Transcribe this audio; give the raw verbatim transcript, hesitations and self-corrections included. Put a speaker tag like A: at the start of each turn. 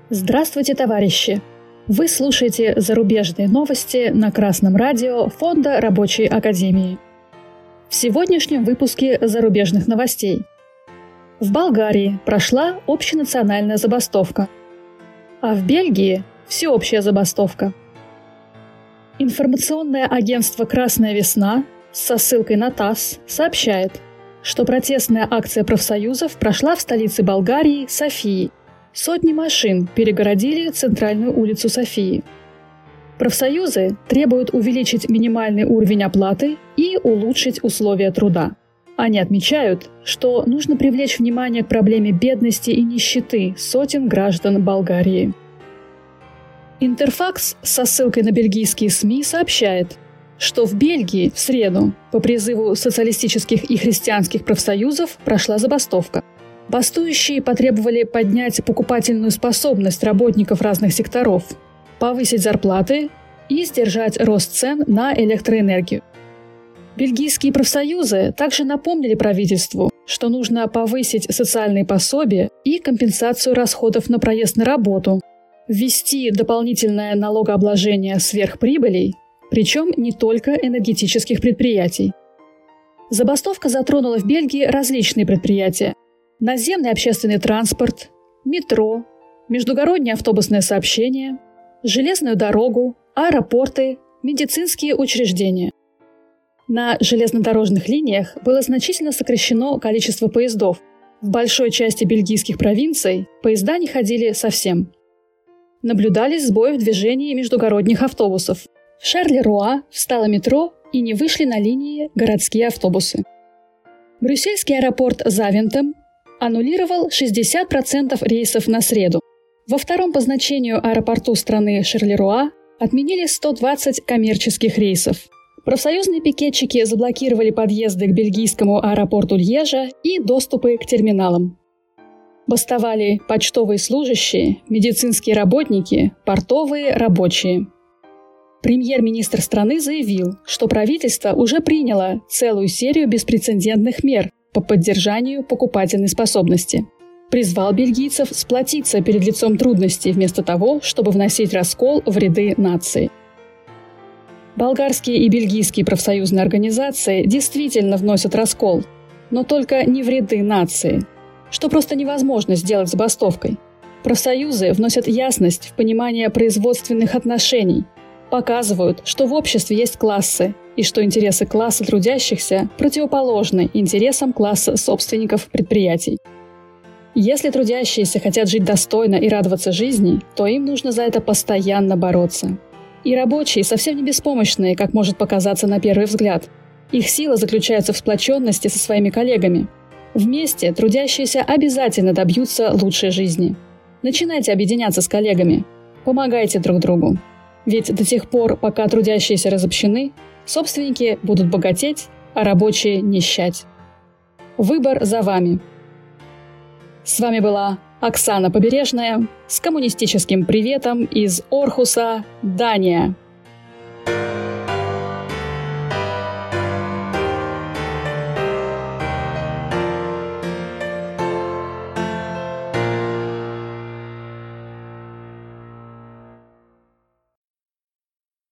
A: Здравствуйте, товарищи! Вы слушаете зарубежные новости на Красном радио Фонда Рабочей Академии. В сегодняшнем выпуске зарубежных новостей. В Болгарии прошла общенациональная забастовка, а в Бельгии – всеобщая забастовка. Информационное агентство «Красная весна» со ссылкой на ТАСС сообщает, что протестная акция профсоюзов прошла в столице Болгарии, Софии. Сотни машин перегородили центральную улицу Софии. Профсоюзы требуют увеличить минимальный уровень оплаты и улучшить условия труда. Они отмечают, что нужно привлечь внимание к проблеме бедности и нищеты сотен граждан Болгарии. Интерфакс со ссылкой на бельгийские СМИ сообщает, что в Бельгии в среду по призыву социалистических и христианских профсоюзов прошла забастовка. Бастующие потребовали поднять покупательную способность работников разных секторов, повысить зарплаты и сдержать рост цен на электроэнергию. Бельгийские профсоюзы также напомнили правительству, что нужно повысить социальные пособия и компенсацию расходов на проезд на работу, ввести дополнительное налогообложение сверхприбылей, причем не только энергетических предприятий. Забастовка затронула в Бельгии различные предприятия: наземный общественный транспорт, метро, междугороднее автобусное сообщение, железную дорогу, аэропорты, медицинские учреждения. На железнодорожных линиях было значительно сокращено количество поездов. В большой части бельгийских провинций поезда не ходили совсем. Наблюдались сбои в движении междугородних автобусов. В Шарлеруа встало метро и не вышли на линии городские автобусы. Брюссельский аэропорт Завентем аннулировал шестьдесят процентов рейсов на среду. Во втором по значению аэропорту страны Шарлеруа отменили сто двадцать коммерческих рейсов. Профсоюзные пикетчики заблокировали подъезды к бельгийскому аэропорту Льежа и доступы к терминалам. Бастовали почтовые служащие, медицинские работники, портовые рабочие. Премьер-министр страны заявил, что правительство уже приняло целую серию беспрецедентных мер по поддержанию покупательной способности. Призвал бельгийцев сплотиться перед лицом трудностей вместо того, чтобы вносить раскол в ряды нации. Болгарские и бельгийские профсоюзные организации действительно вносят раскол, но только не в ряды нации, что просто невозможно сделать забастовкой. Профсоюзы вносят ясность в понимание производственных отношений, показывают, что в обществе есть классы, и что интересы класса трудящихся противоположны интересам класса собственников предприятий. Если трудящиеся хотят жить достойно и радоваться жизни, то им нужно за это постоянно бороться. И рабочие совсем не беспомощные, как может показаться на первый взгляд. Их сила заключается в сплоченности со своими коллегами. Вместе трудящиеся обязательно добьются лучшей жизни. Начинайте объединяться с коллегами. Помогайте друг другу. Ведь до тех пор, пока трудящиеся разобщены, собственники будут богатеть, а рабочие нищать. Выбор за вами. С вами была Оксана Побережная с коммунистическим приветом из Орхуса, Дания.